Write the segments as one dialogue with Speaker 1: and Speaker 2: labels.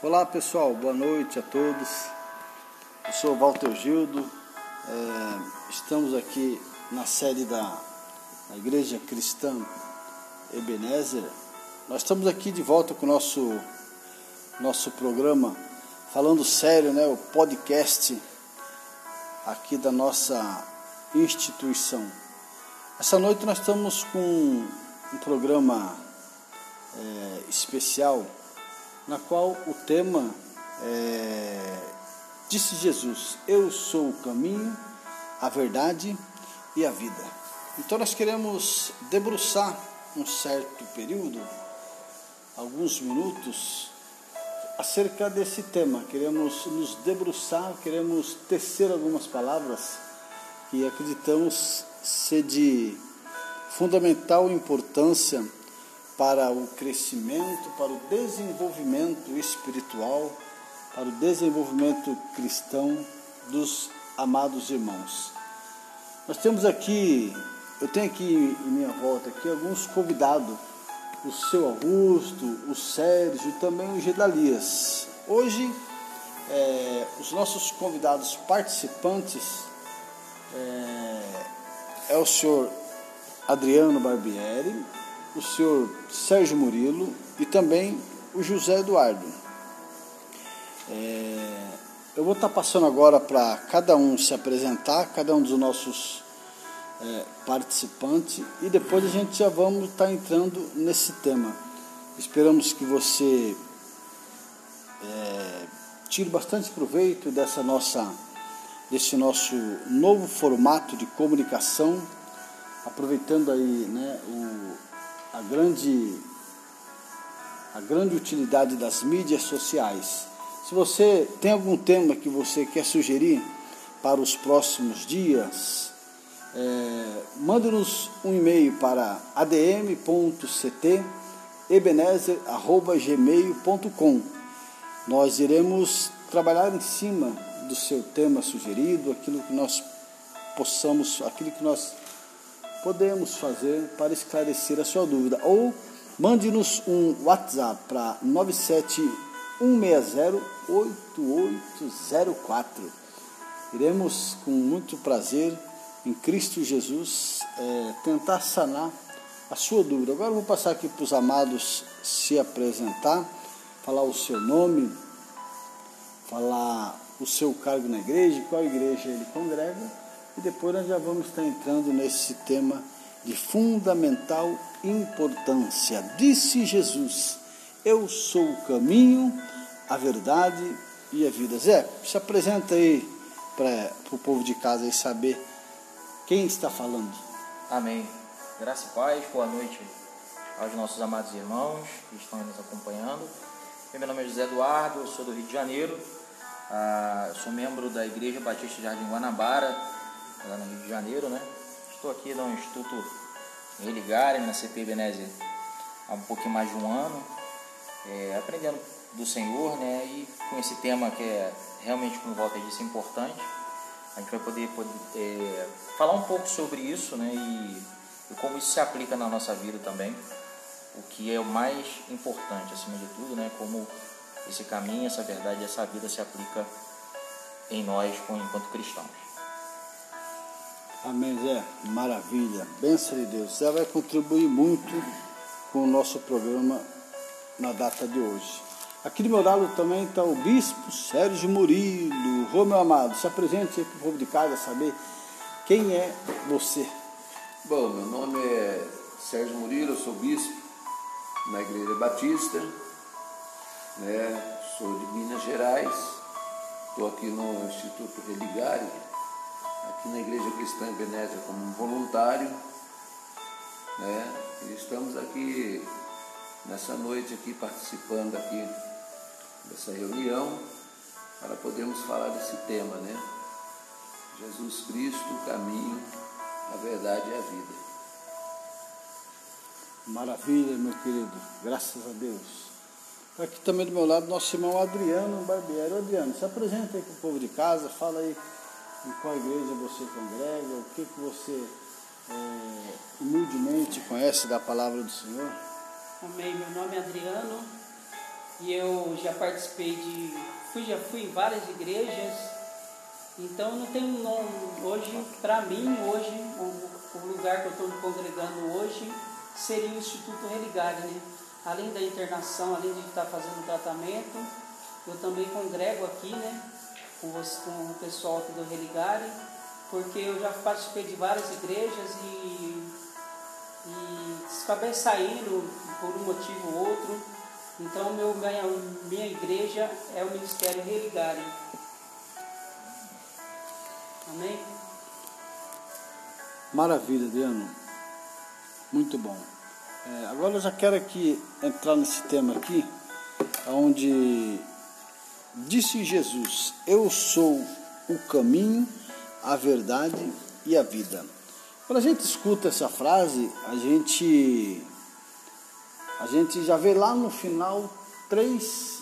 Speaker 1: Olá pessoal, boa noite a todos. Eu sou o Walter Gildo. Estamos aqui na sede da Igreja Cristã Ebenezer. Nós estamos aqui de volta com o nosso programa Falando Sério, o podcast aqui da nossa instituição. Essa noite nós estamos com um programa especial, na qual o tema disse Jesus: eu sou o caminho, a verdade e a vida. Então nós queremos debruçar um certo período, alguns minutos, acerca desse tema. Queremos nos debruçar, queremos tecer algumas palavras que acreditamos ser de fundamental importância para o crescimento, para o desenvolvimento espiritual, para o desenvolvimento cristão dos amados irmãos. Eu tenho aqui em minha volta aqui alguns convidados, o seu Augusto, o Sérgio e também o Gedalias. Hoje, os nossos convidados participantes é o senhor Adriano Barbieri, o senhor Sérgio Murilo e também o José Eduardo. Eu vou estar passando agora para cada um se apresentar, cada um dos nossos participantes, e depois a gente já vamos estar entrando nesse tema. Esperamos que você tire bastante proveito desse nosso novo formato de comunicação, aproveitando aí a grande utilidade das mídias sociais. Se você tem algum tema que você quer sugerir para os próximos dias, mande-nos um e-mail para adm.ct@gmail.com. Nós iremos trabalhar em cima do seu tema sugerido, aquilo que nós podemos fazer para esclarecer a sua dúvida. Ou mande-nos um WhatsApp para 971608804. Iremos, com muito prazer, em Cristo Jesus, tentar sanar a sua dúvida. Agora eu vou passar aqui para os amados se apresentar, falar o seu nome, falar o seu cargo na igreja, qual igreja ele congrega. E depois nós já vamos estar entrando nesse tema de fundamental importância. Disse Jesus: eu sou o caminho, a verdade e a vida. Zé, se apresenta aí para o povo de casa aí saber quem está falando.
Speaker 2: Amém. Graça e paz, boa noite aos nossos amados irmãos que estão nos acompanhando. Meu nome é José Eduardo, eu sou do Rio de Janeiro, sou membro da Igreja Batista Jardim Guanabara, lá no Rio de Janeiro, Estou aqui no Instituto Religare, na CP Ebenezer, há um pouquinho mais de um ano, aprendendo do Senhor, e com esse tema que é realmente, como o Walter disse, importante. A gente vai poder falar um pouco sobre isso, e como isso se aplica na nossa vida também, o que é o mais importante, acima de tudo, como esse caminho, essa verdade, essa vida se aplica em nós enquanto cristãos.
Speaker 1: Amém, Zé. Maravilha. Bênção de Deus. Zé vai contribuir muito com o nosso programa na data de hoje. Aqui do meu lado também está o Bispo Sérgio Murilo. Ô, meu amado, se apresente aí para o povo de casa saber quem é você.
Speaker 3: Bom, meu nome é Sérgio Murilo, eu sou bispo na Igreja Batista, sou de Minas Gerais, estou aqui no Instituto Religare, aqui na Igreja Cristã Ebenezer como um voluntário, e estamos aqui nessa noite aqui participando aqui dessa reunião para podermos falar desse tema, Jesus Cristo, o caminho, a verdade e a vida.
Speaker 1: Maravilha, meu querido, graças a Deus. Aqui também do meu lado nosso irmão Adriano Barbieri. Adriano, se apresenta aí para o povo de casa, fala aí em qual igreja você congrega, o que você humildemente conhece da palavra do Senhor.
Speaker 4: Amém. Meu nome é Adriano e eu já participei já fui em várias igrejas, então não tem um nome. Hoje, para mim, o lugar que eu estou me congregando hoje seria o Instituto Religare, né? Além da internação, além de estar fazendo tratamento, eu também congrego aqui, né, com o pessoal aqui do Religare, porque eu já participei de várias igrejas e acabei saindo por um motivo ou outro. Então minha igreja é o Ministério Religare. Amém?
Speaker 1: Maravilha, Adriano. Muito bom. Agora eu já quero aqui entrar nesse tema aqui, onde disse Jesus: eu sou o caminho, a verdade e a vida. Quando a gente escuta essa frase, a gente já vê lá no final três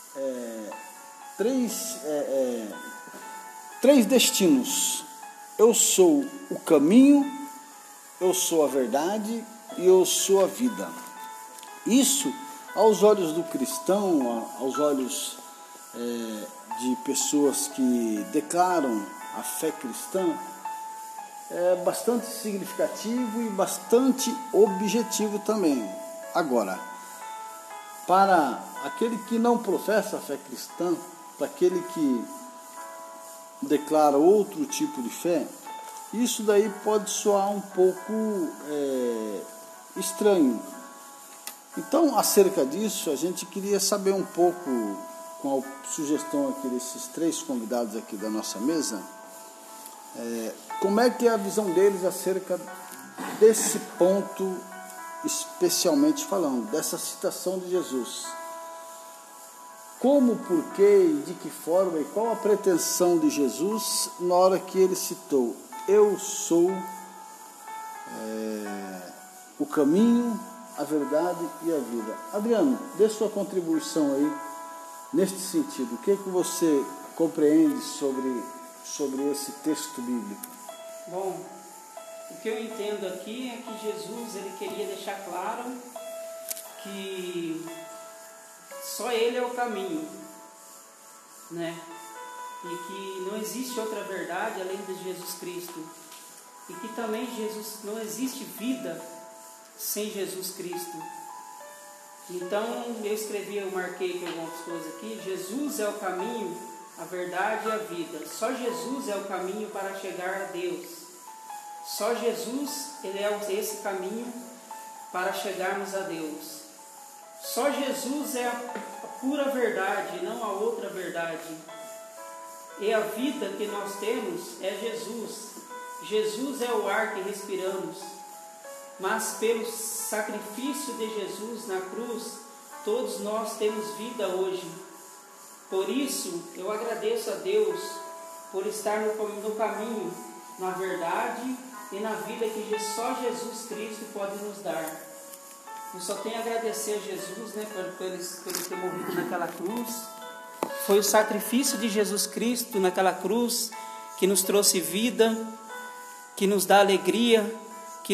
Speaker 1: destinos. Eu sou o caminho, eu sou a verdade e eu sou a vida. Isso, aos olhos do cristão, aos olhos de pessoas que declaram a fé cristã, é bastante significativo e bastante objetivo também. Agora, para aquele que não professa a fé cristã, para aquele que declara outro tipo de fé, isso daí pode soar um pouco estranho. Então, acerca disso, a gente queria saber um pouco, com a sugestão aqui desses três convidados aqui da nossa mesa, como é que é a visão deles acerca desse ponto, especialmente falando, dessa citação de Jesus. Como, por quê e de que forma e qual a pretensão de Jesus na hora que ele citou: eu sou o caminho, a verdade e a vida. Adriano, dê sua contribuição aí neste sentido. O que você compreende sobre esse texto bíblico?
Speaker 4: Bom, o que eu entendo aqui é que Jesus ele queria deixar claro que só Ele é o caminho, né? E que não existe outra verdade além de Jesus Cristo. E que também não existe vida sem Jesus Cristo. Então eu marquei algumas coisas aqui. Jesus é o caminho, a verdade e a vida. Só Jesus é o caminho para chegar a Deus. Só Jesus, ele é esse caminho para chegarmos a Deus. Só Jesus é a pura verdade, não a outra verdade. E a vida que nós temos é Jesus. Jesus é o ar que respiramos. Mas pelo sacrifício de Jesus na cruz, todos nós temos vida hoje. Por isso, eu agradeço a Deus por estar no caminho, na verdade e na vida que só Jesus Cristo pode nos dar. Eu só tenho a agradecer a Jesus, né, por ele ter morrido naquela cruz. Foi o sacrifício de Jesus Cristo naquela cruz que nos trouxe vida, que nos dá alegria, que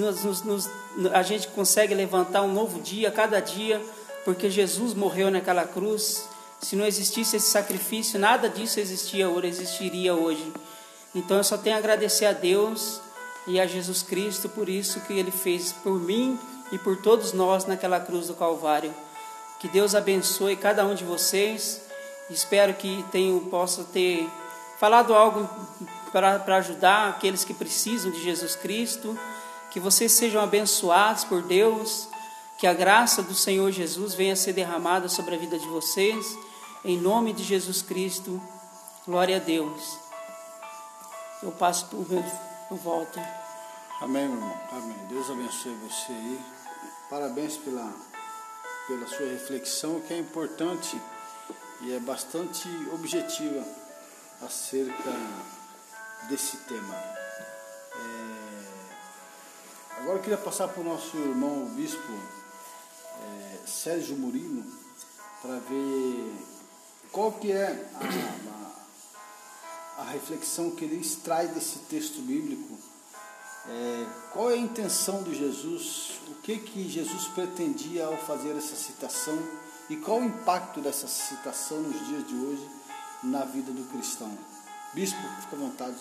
Speaker 4: a gente consegue levantar um novo dia, cada dia, porque Jesus morreu naquela cruz. Se não existisse esse sacrifício, nada disso existiria hoje. Então eu só tenho a agradecer a Deus e a Jesus Cristo por isso que Ele fez por mim e por todos nós naquela cruz do Calvário. Que Deus abençoe cada um de vocês. Espero que possa ter falado algo para ajudar aqueles que precisam de Jesus Cristo. Que vocês sejam abençoados por Deus. Que a graça do Senhor Jesus venha a ser derramada sobre a vida de vocês. Em nome de Jesus Cristo. Glória a Deus. Eu passo por volta.
Speaker 1: Amém, meu irmão. Amém. Deus abençoe você aí. Parabéns pela sua reflexão, que é importante e é bastante objetiva acerca desse tema. Agora eu queria passar para o nosso irmão o bispo Sérgio Murilo, para ver qual que é a reflexão que ele extrai desse texto bíblico. Qual é a intenção de Jesus? O que Jesus pretendia ao fazer essa citação E qual o impacto dessa citação nos dias de hoje na vida do cristão? Bispo, fica à vontade.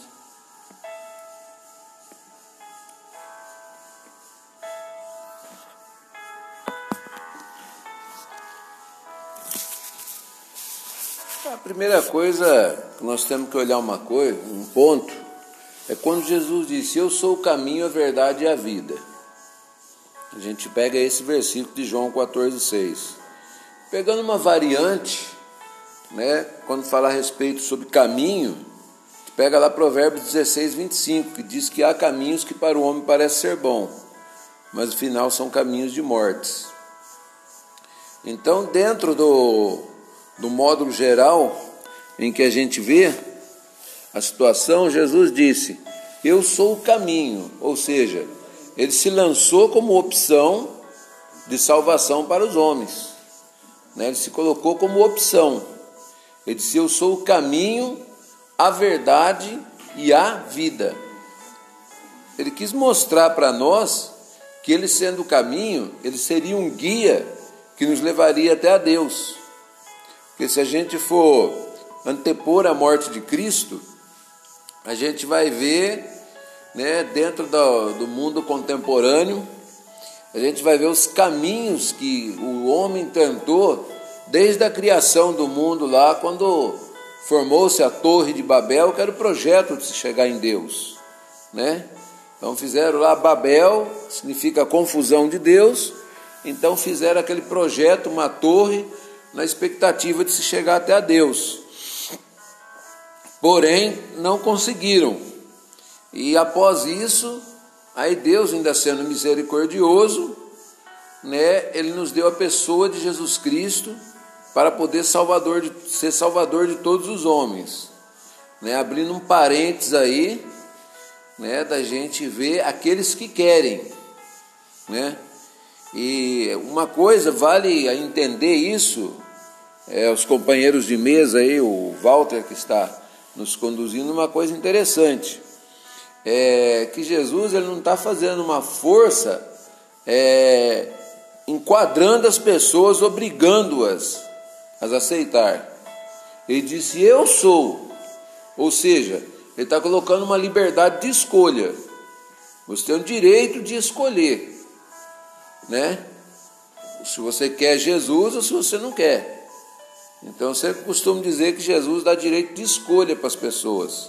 Speaker 3: A primeira coisa que nós temos que olhar um ponto, é quando Jesus disse: eu sou o caminho, a verdade e a vida. A gente pega esse versículo de João 14,6. Pegando uma variante, né, quando fala a respeito sobre caminho, pega lá Provérbios 16:25, que diz que há caminhos que para o homem parecem ser bom, mas no final são caminhos de mortes. Então, dentro do módulo geral em que a gente vê a situação, Jesus disse: eu sou o caminho, ou seja, ele se lançou como opção de salvação para os homens, né? Ele se colocou como opção. Ele disse: eu sou o caminho, a verdade e a vida. Ele quis mostrar para nós que ele, sendo o caminho, ele seria um guia que nos levaria até a Deus. Porque se a gente for antepor a morte de Cristo, a gente vai ver, né, dentro do mundo contemporâneo, a gente vai ver os caminhos que o homem tentou desde a criação do mundo lá, quando formou-se a Torre de Babel, que era o projeto de se chegar em Deus, né? Então fizeram lá Babel, significa confusão de Deus, então fizeram aquele projeto, uma torre, na expectativa de se chegar até a Deus. Porém, não conseguiram. E após isso, aí Deus, ainda sendo misericordioso, né, ele nos deu a pessoa de Jesus Cristo para poder ser salvador de todos os homens, né? Abrindo um parênteses aí, né, da gente ver aqueles que querem, né? E uma coisa vale a entender isso, os companheiros de mesa aí, o Walter que está nos conduzindo, uma coisa interessante, que Jesus, ele não está fazendo uma força, enquadrando as pessoas, obrigando-as a aceitar. Ele disse: eu sou, ou seja, ele está colocando uma liberdade de escolha. Você tem o direito de escolher, né? Se você quer Jesus ou se você não quer. Então eu sempre costumo dizer que Jesus dá direito de escolha para as pessoas.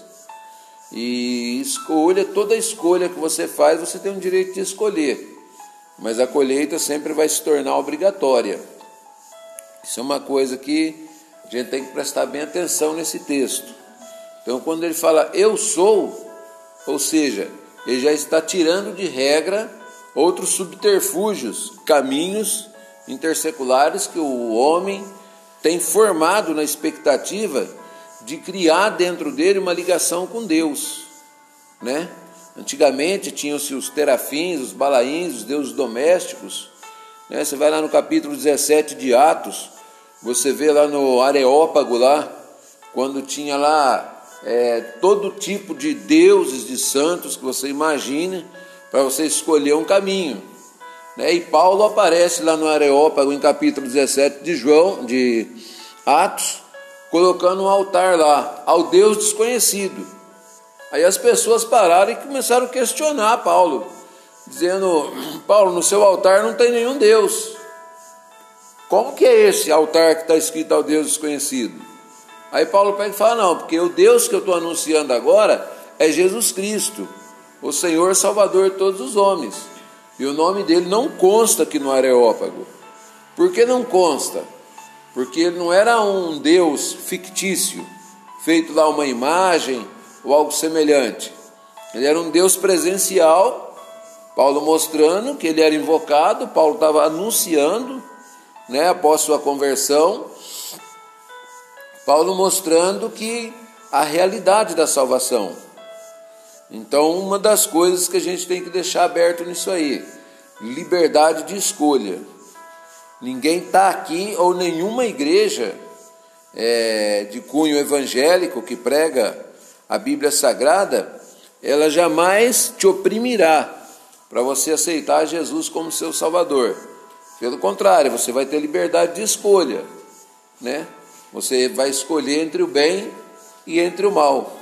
Speaker 3: E toda escolha que você faz, você tem o direito de escolher. Mas a colheita sempre vai se tornar obrigatória. Isso é uma coisa que a gente tem que prestar bem atenção nesse texto. Então, quando ele fala eu sou, ou seja, ele já está tirando de regra outros subterfúgios, caminhos interseculares que o homem tem formado na expectativa de criar dentro dele uma ligação com Deus, né? Antigamente tinham-se os terafins, os balaíns, os deuses domésticos, né? Você vai lá no capítulo 17 de Atos, você vê lá no Areópago, lá, quando tinha lá todo tipo de deuses, de santos que você imagine, para você escolher um caminho, né? E Paulo aparece lá no Areópago, em capítulo 17 de Atos, colocando um altar lá, ao Deus desconhecido. Aí as pessoas pararam e começaram a questionar Paulo, dizendo: Paulo, no seu altar não tem nenhum Deus. Como que é esse altar que está escrito ao Deus desconhecido? Aí Paulo pega e fala: não, porque o Deus que eu estou anunciando agora é Jesus Cristo, o Senhor Salvador de todos os homens. E o nome dele não consta aqui no Areópago. Por que não consta? Porque ele não era um Deus fictício, feito lá uma imagem ou algo semelhante. Ele era um Deus presencial, Paulo mostrando que ele era invocado, Paulo estava anunciando, né, após sua conversão, Paulo mostrando que a realidade da salvação. Então, uma das coisas que a gente tem que deixar aberto nisso aí, liberdade de escolha. Ninguém está aqui, ou nenhuma igreja de cunho evangélico que prega a Bíblia Sagrada, ela jamais te oprimirá para você aceitar Jesus como seu Salvador. Pelo contrário, você vai ter liberdade de escolha, né? Você vai escolher entre o bem e entre o mal.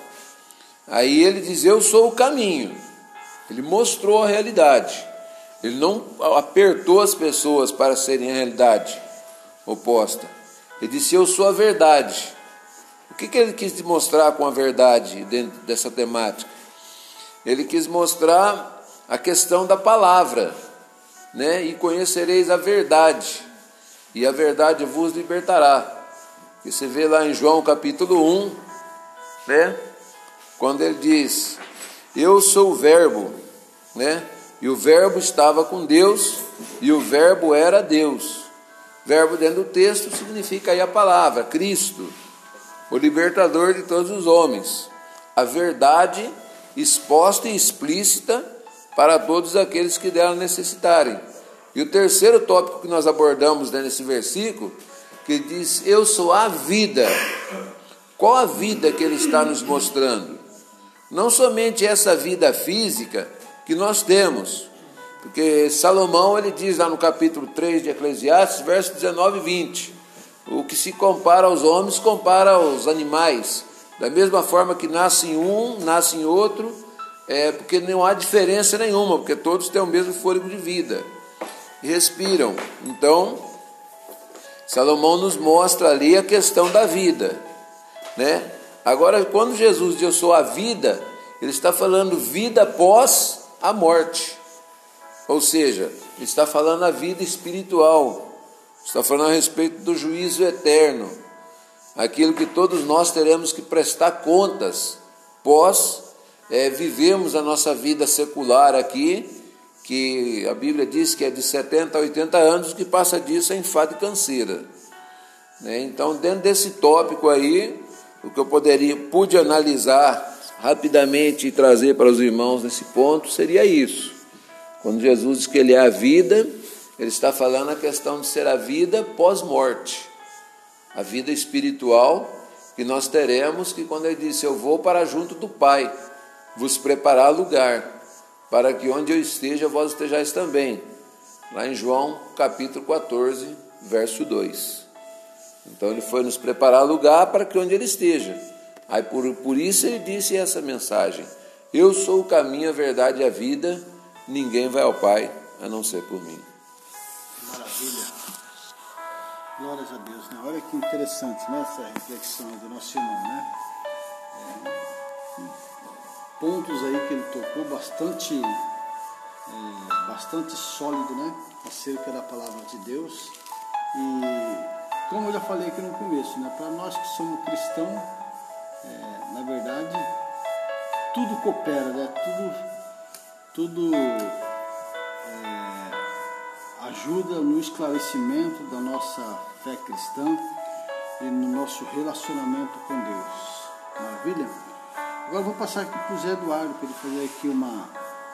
Speaker 3: Aí ele diz, eu sou o caminho. Ele mostrou a realidade. Ele não apertou as pessoas para serem a realidade oposta. Ele disse, eu sou a verdade. O que ele quis mostrar com a verdade dentro dessa temática? Ele quis mostrar a questão da palavra, né? E conhecereis a verdade, e a verdade vos libertará. E você vê lá em João capítulo 1, né? Quando ele diz, eu sou o verbo, né? E o verbo estava com Deus, e o verbo era Deus. Verbo dentro do texto significa aí a palavra, Cristo, o libertador de todos os homens. A verdade exposta e explícita para todos aqueles que dela necessitarem. E o terceiro tópico que nós abordamos nesse versículo, que diz, eu sou a vida. Qual a vida que ele está nos mostrando? Não somente essa vida física que nós temos, porque Salomão, ele diz lá no capítulo 3 de Eclesiastes, versos 19 e 20, o que se compara aos homens, compara aos animais, da mesma forma que nasce um, nasce em outro, porque não há diferença nenhuma, porque todos têm o mesmo fôlego de vida e respiram. Então, Salomão nos mostra ali a questão da vida, né? Agora, quando Jesus diz eu sou a vida, ele está falando vida após a morte, ou seja, ele está falando a vida espiritual, está falando a respeito do juízo eterno, aquilo que todos nós teremos que prestar contas pós vivemos a nossa vida secular aqui, que a Bíblia diz que é de 70 a 80 anos, o que passa disso é enfado e canseira, né? Então, dentro desse tópico aí, o que eu pude analisar rapidamente e trazer para os irmãos nesse ponto seria isso. Quando Jesus diz que ele é a vida, ele está falando a questão de ser a vida pós-morte, a vida espiritual que nós teremos, que quando ele disse, eu vou para junto do Pai, vos preparar lugar, para que onde eu esteja, vós estejais também. Lá em João, capítulo 14, verso 2. Então ele foi nos preparar lugar para que onde ele esteja. Aí por isso ele disse essa mensagem, eu sou o caminho, a verdade e a vida, ninguém vai ao Pai, a não ser por mim.
Speaker 1: Maravilha. Glórias a Deus, né? Olha que interessante, né? Essa reflexão do nosso irmão, né? Pontos aí que ele tocou bastante sólido, né? Acerca da palavra de Deus. E como eu já falei aqui no começo, né? Para nós que somos cristãos, na verdade, tudo coopera, né? Tudo ajuda no esclarecimento da nossa fé cristã e no nosso relacionamento com Deus. Maravilha? Agora eu vou passar aqui para o Zé Eduardo, para ele fazer aqui uma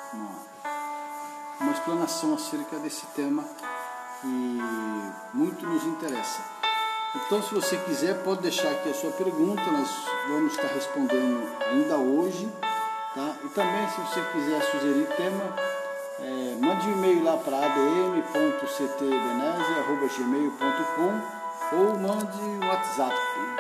Speaker 1: explanação acerca desse tema que muito nos interessa. Então, se você quiser, pode deixar aqui a sua pergunta, nós vamos estar respondendo ainda hoje, tá? E também, se você quiser sugerir tema, mande um e-mail lá para adm.ctbenese@gmail.com ou mande um WhatsApp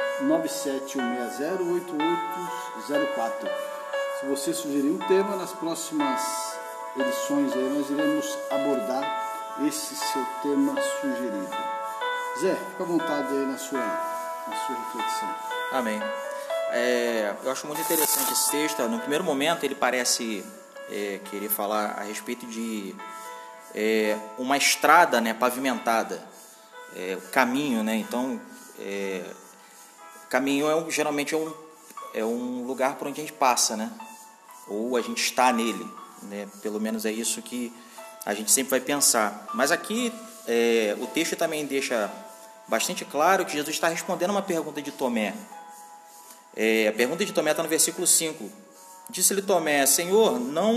Speaker 1: 971608804. Se você sugerir um tema, nas próximas edições aí nós iremos abordar esse seu tema sugerido. Zé, fica à vontade aí na sua reflexão.
Speaker 2: Amém. Eu acho muito interessante esse texto. No primeiro momento ele parece querer falar a respeito de uma estrada, né, pavimentada, caminho, né? Então, caminho geralmente é um lugar por onde a gente passa, né? Ou a gente está nele, né? Pelo menos é isso que a gente sempre vai pensar. Mas aqui o texto também deixa bastante claro que Jesus está respondendo uma pergunta de Tomé. A pergunta de Tomé está no versículo 5. Disse-lhe Tomé, Senhor,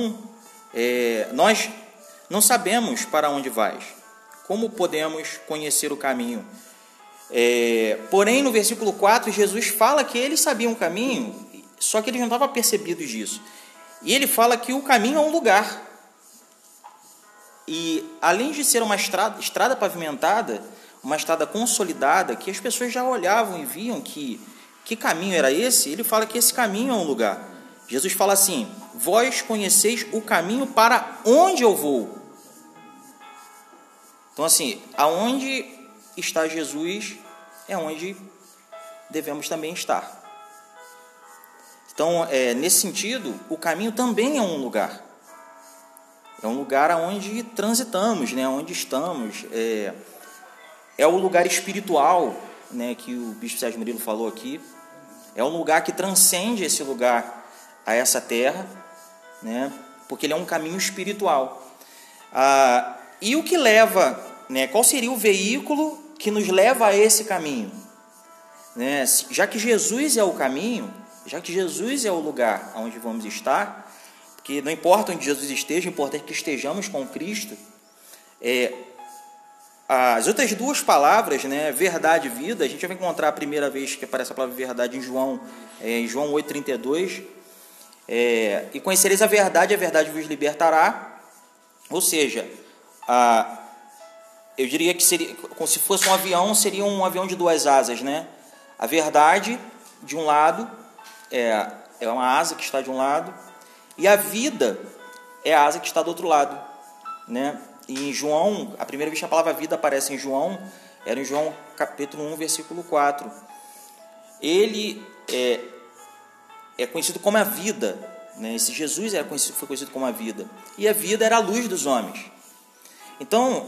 Speaker 2: nós não sabemos para onde vais. Como podemos conhecer o caminho? Porém, no versículo 4, Jesus fala que eles sabiam o caminho, só que eles não estavam percebidos disso. E ele fala que o caminho é um lugar. E além de ser uma estrada pavimentada, uma estrada consolidada, que as pessoas já olhavam e viam que caminho era esse, ele fala que esse caminho é um lugar. Jesus fala assim: vós conheceis o caminho para onde eu vou. Então, assim, aonde está Jesus é onde devemos também estar. Então, nesse sentido, o caminho também é um lugar. É um lugar onde transitamos, né? Onde estamos. É o lugar espiritual, né? Que o Bispo Sérgio Murilo falou aqui. É um lugar que transcende esse lugar a essa terra, né? Porque ele é um caminho espiritual. E o que leva, né? Qual seria o veículo que nos leva a esse caminho? Né? Já que Jesus é o caminho, já que Jesus é o lugar onde vamos estar, porque não importa onde Jesus esteja, o importante é que estejamos com Cristo. As outras duas palavras, né, verdade e vida, a gente vai encontrar a primeira vez que aparece a palavra verdade em João 8,32. E conhecereis a verdade vos libertará. Ou seja, eu diria que seria, como se fosse um avião, seria um avião de duas asas, né? A verdade, de um lado, é uma asa que está de um lado, e a vida é a asa que está do outro lado, né? E em João, a primeira vez que a palavra vida aparece em João, era em João capítulo 1, versículo 4. Ele é conhecido como a vida, né? Esse Jesus foi conhecido como a vida, e a vida era a luz dos homens. Então,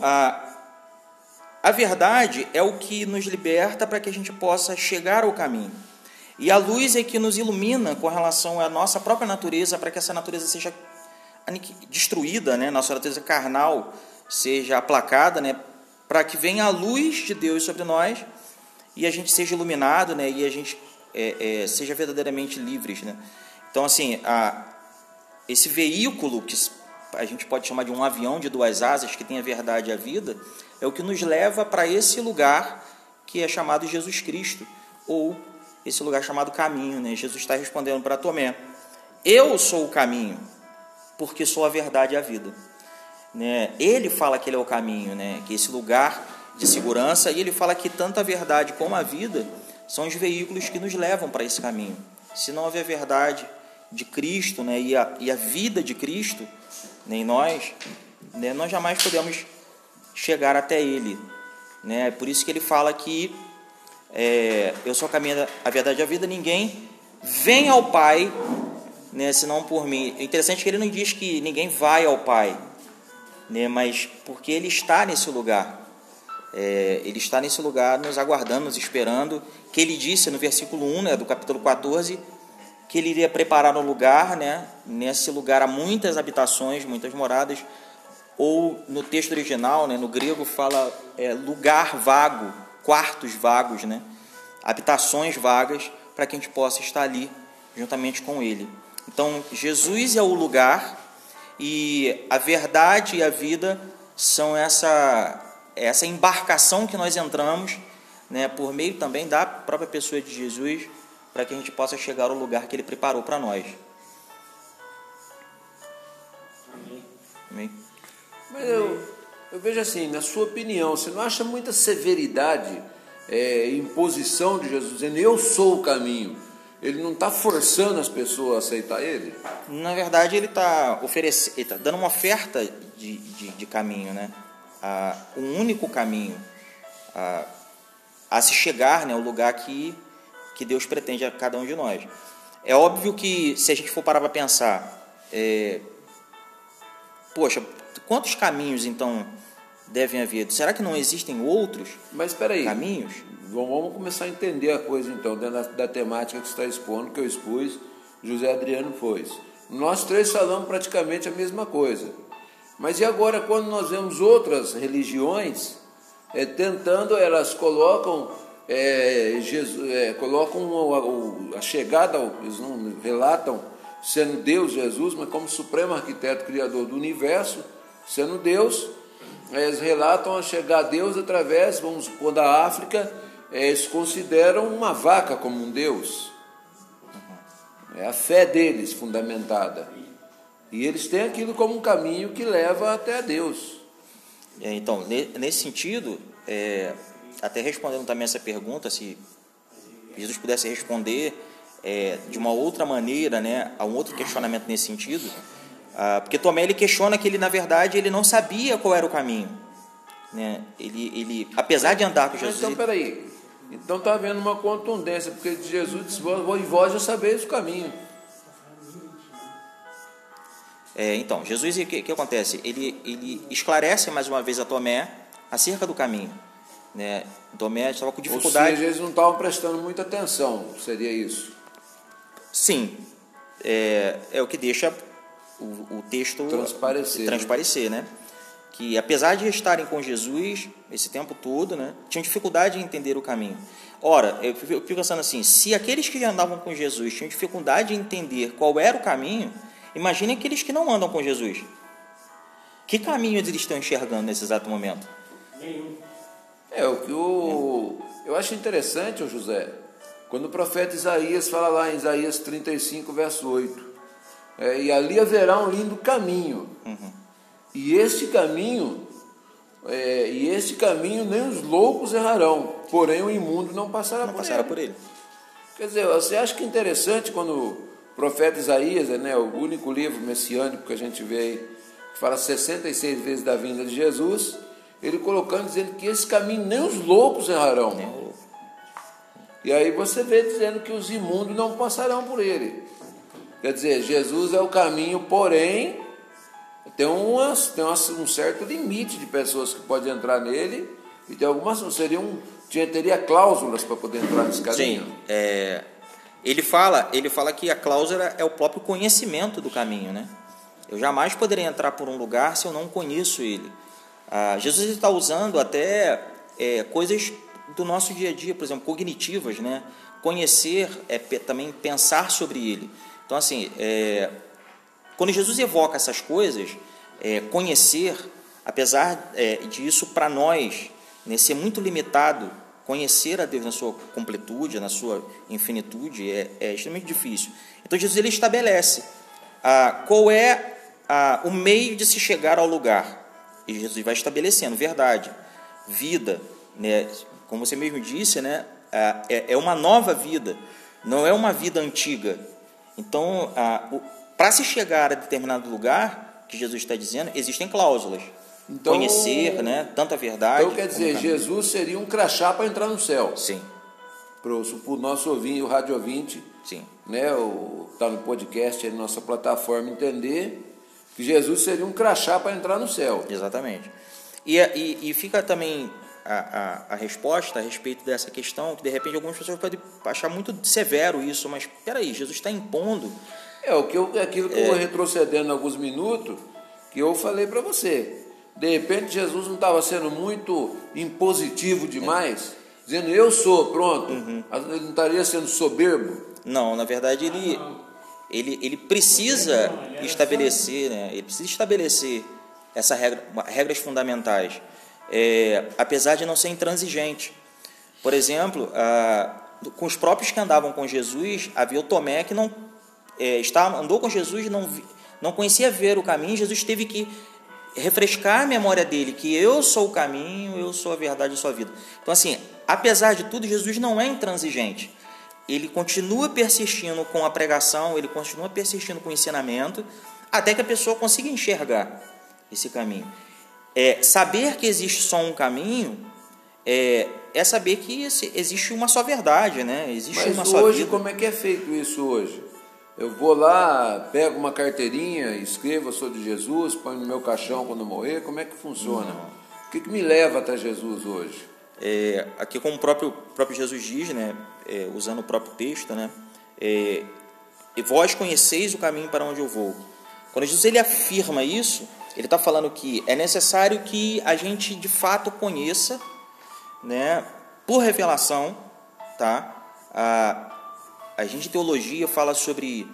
Speaker 2: a verdade é o que nos liberta para que a gente possa chegar ao caminho. E a luz é que nos ilumina com relação à nossa própria natureza, para que essa natureza seja destruída, né? Nossa natureza carnal seja aplacada, né? Para que venha a luz de Deus sobre nós e a gente seja iluminado, né? E a gente seja verdadeiramente livres, né? Então, assim, esse veículo que a gente pode chamar de um avião de duas asas, que tem a verdade e a vida, é o que nos leva para esse lugar que é chamado Jesus Cristo, ou esse lugar chamado caminho, né? Jesus está respondendo para Tomé: eu sou o caminho, porque sou a verdade e a vida, né? Ele fala que ele é o caminho, né? Que esse lugar de segurança, e ele fala que tanto a verdade como a vida são os veículos que nos levam para esse caminho. Se não houver a verdade de Cristo, né? e a vida de Cristo, né? Em nós, né? Nós jamais podemos chegar até Ele, né? Por isso que ele fala que eu sou o caminho, a verdade e a vida, ninguém vem ao Pai, né, senão por mim. É interessante que ele não diz que ninguém vai ao Pai, né, mas porque ele está nesse lugar. Ele está nesse lugar nos aguardando, nos esperando, que ele disse no versículo 1, né, do capítulo 14, que ele iria preparar um lugar, né? Nesse lugar há muitas habitações, muitas moradas, ou no texto original, né, no grego fala lugar vago, quartos vagos, né? Habitações vagas, para que a gente possa estar ali juntamente com ele. Então, Jesus é o lugar, e a verdade e a vida são essa embarcação que nós entramos, né, por meio também da própria pessoa de Jesus, para que a gente possa chegar ao lugar que ele preparou para nós. Amém.
Speaker 3: Mas eu vejo assim, na sua opinião, você não acha muita severidade, imposição de Jesus, dizendo eu sou o caminho? Ele não está forçando as pessoas a aceitar ele?
Speaker 2: Na verdade, ele está dando uma oferta de caminho, né? Um único caminho a se chegar, né, ao lugar que Deus pretende a cada um de nós. É óbvio que, se a gente for parar para pensar, poxa, quantos caminhos então devem haver? Será que não existem outros caminhos?
Speaker 3: Vamos começar a entender a coisa então, dentro da temática que você está expondo, que eu expus, José Adriano pôs. Nós três falamos praticamente a mesma coisa. Mas e agora, quando nós vemos outras religiões tentando, elas colocam colocam a chegada, eles não relatam sendo Deus Jesus, mas como supremo arquiteto criador do universo, sendo Deus, eles relatam a chegar a Deus através, vamos supor, da África, eles consideram uma vaca como um Deus. É a fé deles fundamentada. E eles têm aquilo como um caminho que leva até a Deus.
Speaker 2: Então, nesse sentido, até respondendo também essa pergunta, se Jesus pudesse responder de uma outra maneira, né, a um outro questionamento nesse sentido, porque Tomé ele questiona que ele, na verdade, ele não sabia qual era o caminho, né? Ele apesar de andar com Jesus...
Speaker 3: Então, peraí. Então está havendo uma contundência, porque Jesus disse, vós já sabeis o caminho.
Speaker 2: Então, Jesus, o que acontece? Ele esclarece mais uma vez a Tomé acerca do caminho, né? Tomé estava com dificuldade...
Speaker 3: Ou seja, eles não estavam prestando muita atenção, seria isso?
Speaker 2: Sim, é o que deixa o texto transparecer, né? Que apesar de estarem com Jesus esse tempo todo, né, tinham dificuldade em entender o caminho. Ora, eu fico pensando assim, se aqueles que já andavam com Jesus tinham dificuldade em entender qual era o caminho, imagine aqueles que não andam com Jesus. Que caminho eles estão enxergando nesse exato momento?
Speaker 4: Nenhum.
Speaker 3: Eu acho interessante, José, quando o profeta Isaías fala lá em Isaías 35, verso 8, e ali haverá um lindo caminho.
Speaker 2: Uhum.
Speaker 3: E este caminho nem os loucos errarão, porém o imundo não passará por ele. Quer dizer, você acha que é interessante quando o profeta Isaías, né, o único livro messiânico que a gente vê aí, que fala 66 vezes da vinda de Jesus, ele colocando, dizendo que esse caminho nem os loucos errarão. E aí você vê dizendo que os imundos não passarão por ele. Quer dizer, Jesus é o caminho, porém... Tem um certo limite de pessoas que podem entrar nele, e tem algumas teria cláusulas para poder entrar nesse caminho.
Speaker 2: Sim, ele fala que a cláusula é o próprio conhecimento do caminho, né? Eu jamais poderia entrar por um lugar se eu não conheço ele. Jesus está usando até coisas do nosso dia a dia, por exemplo, cognitivas, né? Conhecer também pensar sobre ele. Então, assim, quando Jesus evoca essas coisas, conhecer, apesar disso para nós, né, ser muito limitado, conhecer a Deus na sua completude, na sua infinitude, é extremamente difícil. Então Jesus ele estabelece qual é o meio de se chegar ao lugar. E Jesus vai estabelecendo verdade, vida, né, como você mesmo disse, né, é uma nova vida, não é uma vida antiga. Então, para se chegar a determinado lugar, que Jesus está dizendo, existem cláusulas. Então, conhecer, né, tanto a verdade...
Speaker 3: Então, quer dizer, Jesus seria um crachá para entrar no céu.
Speaker 2: Sim.
Speaker 3: Para o nosso ouvinte, o rádio ouvinte,
Speaker 2: sim,
Speaker 3: né, está no podcast, na nossa plataforma, entender que Jesus seria um crachá para entrar no céu.
Speaker 2: Exatamente. E fica também a resposta a respeito dessa questão, que de repente algumas pessoas podem achar muito severo isso, mas espera aí, Jesus está impondo...
Speaker 3: Aquilo que eu vou retrocedendo alguns minutos, que eu falei para você. De repente, Jesus não estava sendo muito impositivo demais, dizendo, eu sou, pronto. Uhum. Ele não estaria sendo soberbo?
Speaker 2: Não, na verdade, ele precisa estabelecer, né? Ele precisa estabelecer regras fundamentais, apesar de não ser intransigente. Por exemplo, com os próprios que andavam com Jesus, havia o Tomé que andou com Jesus, não conhecia ver o caminho. Jesus teve que refrescar a memória dele, que eu sou o caminho, eu sou a verdade e a sua vida. Então, assim, apesar de tudo, Jesus não é intransigente. Ele continua persistindo com a pregação, ele continua persistindo com o ensinamento, até que a pessoa consiga enxergar esse caminho. Saber que existe só um caminho é saber que existe uma só verdade, né? Existe uma só vida.
Speaker 3: Mas hoje, como é que é feito isso hoje? Eu vou lá, pego uma carteirinha, escrevo, eu sou de Jesus, ponho no meu caixão quando eu morrer, como é que funciona? Não. O que me leva até Jesus hoje?
Speaker 2: Aqui como o próprio Jesus diz, né, usando o próprio texto, né, e vós conheceis o caminho para onde eu vou. Quando Jesus ele afirma isso, ele está falando que é necessário que a gente de fato conheça, né, por revelação, tá? A gente em teologia fala sobre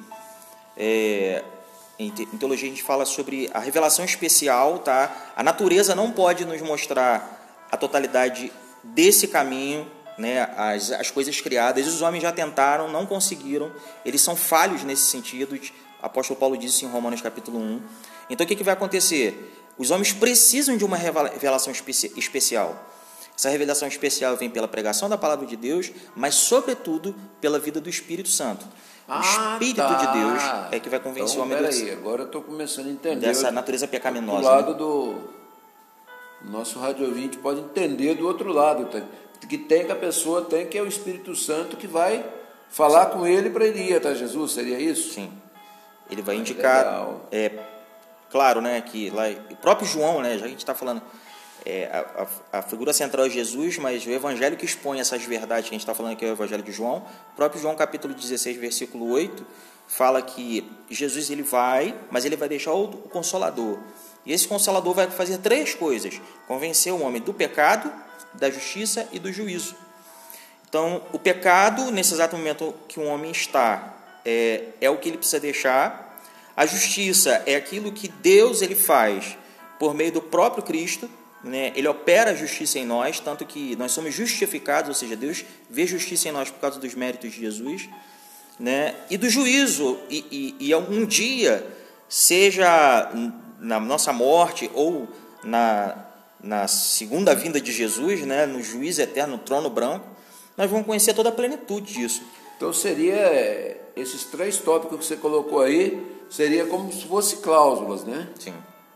Speaker 2: em teologia a gente fala sobre a revelação especial, tá? A natureza não pode nos mostrar a totalidade desse caminho, né? As coisas criadas, os homens já tentaram, não conseguiram, eles são falhos nesse sentido. O apóstolo Paulo disse em Romanos capítulo 1. Então o que vai acontecer? os homens precisam de uma revelação especial. Essa revelação especial vem pela pregação da palavra de Deus, mas, sobretudo, pela vida do Espírito Santo. O Espírito de Deus é que vai convencer o homem
Speaker 3: agora eu estou começando a entender.
Speaker 2: Dessa natureza pecaminosa.
Speaker 3: Do lado do nosso rádio ouvinte pode entender do outro lado, que a pessoa tem, que é o Espírito Santo que vai falar com ele para ele ir até Jesus, seria isso?
Speaker 2: Sim. Ele vai indicar, claro, né, que lá, o próprio João, né, já que a gente está falando, a figura central é Jesus, mas o evangelho que expõe essas verdades que a gente está falando aqui é o evangelho de João. O próprio João, capítulo 16, versículo 8, fala que Jesus ele vai, mas ele vai deixar o Consolador. E esse Consolador vai fazer 3 coisas: convencer o homem do pecado, da justiça e do juízo. Então, o pecado, nesse exato momento que um homem está, é o que ele precisa deixar. A justiça é aquilo que Deus ele faz por meio do próprio Cristo, né? Ele opera a justiça em nós, tanto que nós somos justificados, ou seja, Deus vê justiça em nós por causa dos méritos de Jesus, né? E do juízo, e um dia, seja na nossa morte ou na segunda vinda de Jesus, né? No juízo eterno, no trono branco, nós vamos conhecer toda a plenitude disso.
Speaker 3: Então seria, esses 3 tópicos que você colocou aí, seria como se fossem cláusulas, né?
Speaker 2: Sim.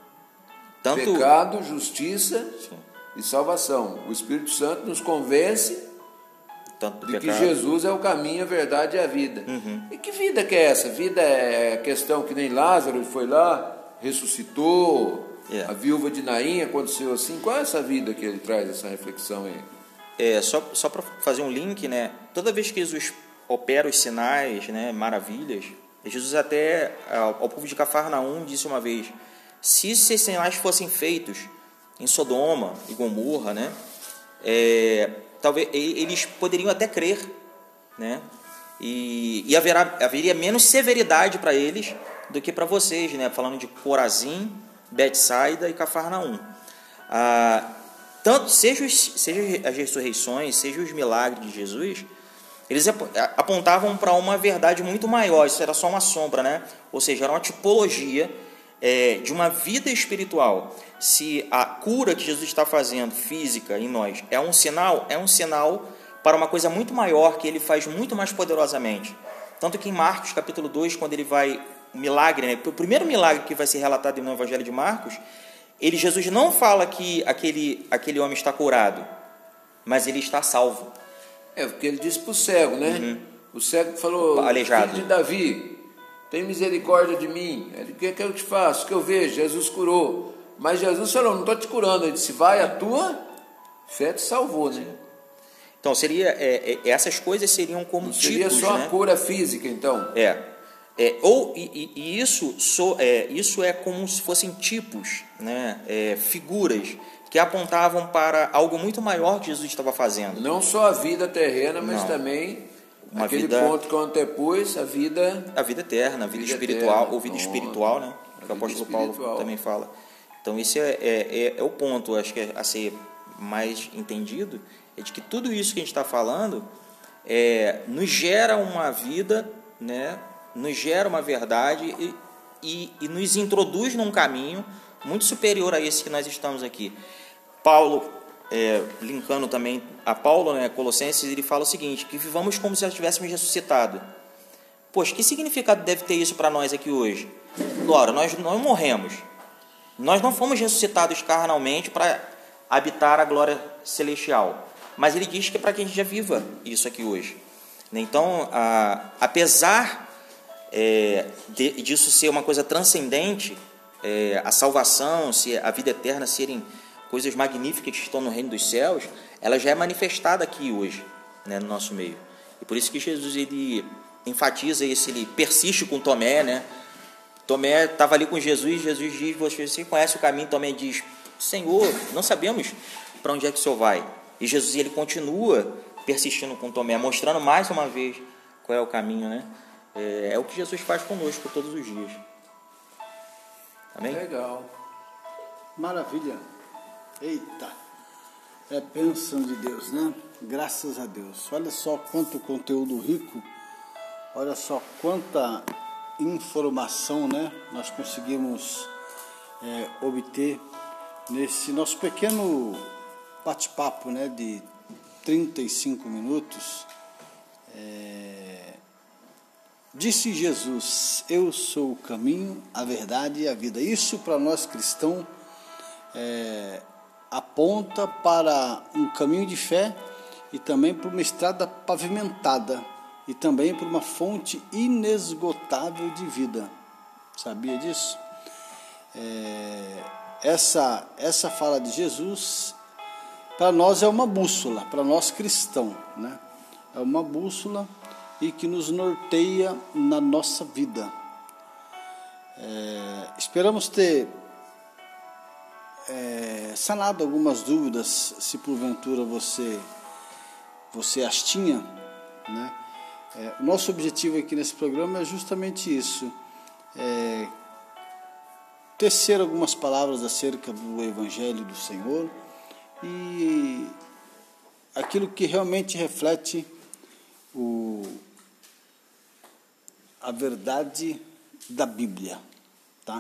Speaker 3: Pecado, justiça, sim, e salvação. O Espírito Santo nos convence de que Jesus é o caminho, a verdade e a vida.
Speaker 2: Uhum.
Speaker 3: E que vida que é essa? Vida é questão que nem Lázaro foi lá, ressuscitou, a viúva de Naim aconteceu assim. Qual é essa vida que ele traz, essa reflexão aí?
Speaker 2: Só para fazer um link, né? Toda vez que Jesus opera os sinais, né, maravilhas, Jesus até ao povo de Cafarnaum disse uma vez: se esses sinais fossem feitos em Sodoma e Gomorra, né, talvez eles poderiam até crer, né, e haveria menos severidade para eles do que para vocês, né, falando de Corazim, Betsaida e Cafarnaum. Tanto seja as ressurreições, seja os milagres de Jesus, eles apontavam para uma verdade muito maior. Isso era só uma sombra, né? Ou seja, era uma tipologia de uma vida espiritual. Se a cura que Jesus está fazendo, física, em nós, é um sinal para uma coisa muito maior, que ele faz muito mais poderosamente. Tanto que em Marcos, capítulo 2, quando ele vai, o milagre, né? O primeiro milagre que vai ser relatado no Evangelho de Marcos, Jesus não fala que aquele homem está curado, mas ele está salvo.
Speaker 3: Porque ele disse para o cego, né? Uhum. O cego falou:
Speaker 2: aleijado.
Speaker 3: Filho de Davi, tem misericórdia de mim. Ele: o que eu te faço? O que eu vejo? Jesus curou. Mas Jesus falou: não estou te curando. Ele disse: vai, a tua fé te salvou, né?
Speaker 2: Então, essas coisas seriam como tipos,
Speaker 3: seria só, né, a cura física, então?
Speaker 2: Isso é como se fossem tipos, né? Figuras que apontavam para algo muito maior que Jesus estava fazendo.
Speaker 3: Não só a vida terrena, mas também aquele ponto que eu antepus, a vida
Speaker 2: eterna, a vida espiritual, eterna, ou vida espiritual, né? Que o apóstolo Paulo também fala. Então, esse é o ponto, acho que a ser mais entendido, é de que tudo isso que a gente está falando nos gera uma vida, né? Nos gera uma verdade e nos introduz num caminho muito superior a esse que nós estamos aqui. Paulo, linkando também a Paulo, né, Colossenses, ele fala o seguinte: que vivamos como se já tivéssemos ressuscitado. Poxa, que significado deve ter isso para nós aqui hoje? Ora, nós não morremos. Nós não fomos ressuscitados carnalmente para habitar a glória celestial. Mas ele diz que é para que a gente já viva isso aqui hoje. Então, apesar disso ser uma coisa transcendente, a salvação, a vida eterna serem coisas magníficas que estão no reino dos céus, ela já é manifestada aqui hoje, né, no nosso meio. E por isso que Jesus ele enfatiza isso, ele persiste com Tomé, né? Tomé estava ali com Jesus, Jesus diz: você conhece o caminho? Tomé diz: Senhor, não sabemos para onde é que o Senhor vai. E Jesus ele continua persistindo com Tomé, mostrando mais uma vez qual é o caminho, né? É o que Jesus faz conosco todos os dias. Amém?
Speaker 3: Legal.
Speaker 1: Maravilha. Eita. É bênção de Deus, né? Graças a Deus. Olha só quanto conteúdo rico. Olha só quanta informação, né? Nós conseguimos obter nesse nosso pequeno bate-papo, né, de 35 minutos. Disse Jesus: eu sou o caminho, a verdade e a vida. Isso, para nós cristãos, aponta para um caminho de fé e também para uma estrada pavimentada e também para uma fonte inesgotável de vida. Sabia disso? Essa fala de Jesus, para nós é uma bússola, para nós cristãos, né? É uma bússola e que nos norteia na nossa vida. Esperamos ter sanado algumas dúvidas, se porventura você as tinha, né? O nosso objetivo aqui nesse programa é justamente isso, tecer algumas palavras acerca do Evangelho do Senhor e aquilo que realmente reflete a verdade da Bíblia, tá?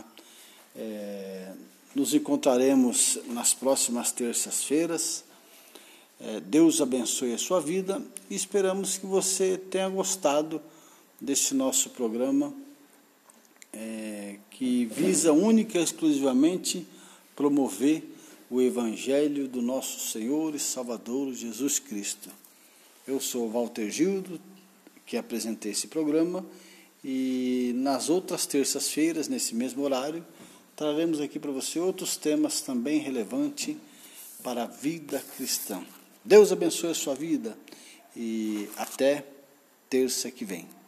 Speaker 1: Nos encontraremos nas próximas terças-feiras. Deus abençoe a sua vida e esperamos que você tenha gostado desse nosso programa, que visa única e exclusivamente promover o Evangelho do nosso Senhor e Salvador Jesus Cristo. Eu sou Walter Gildo, que apresentei esse programa, e nas outras terças-feiras, nesse mesmo horário, traremos aqui para você outros temas também relevantes para a vida cristã. Deus abençoe a sua vida e até terça que vem.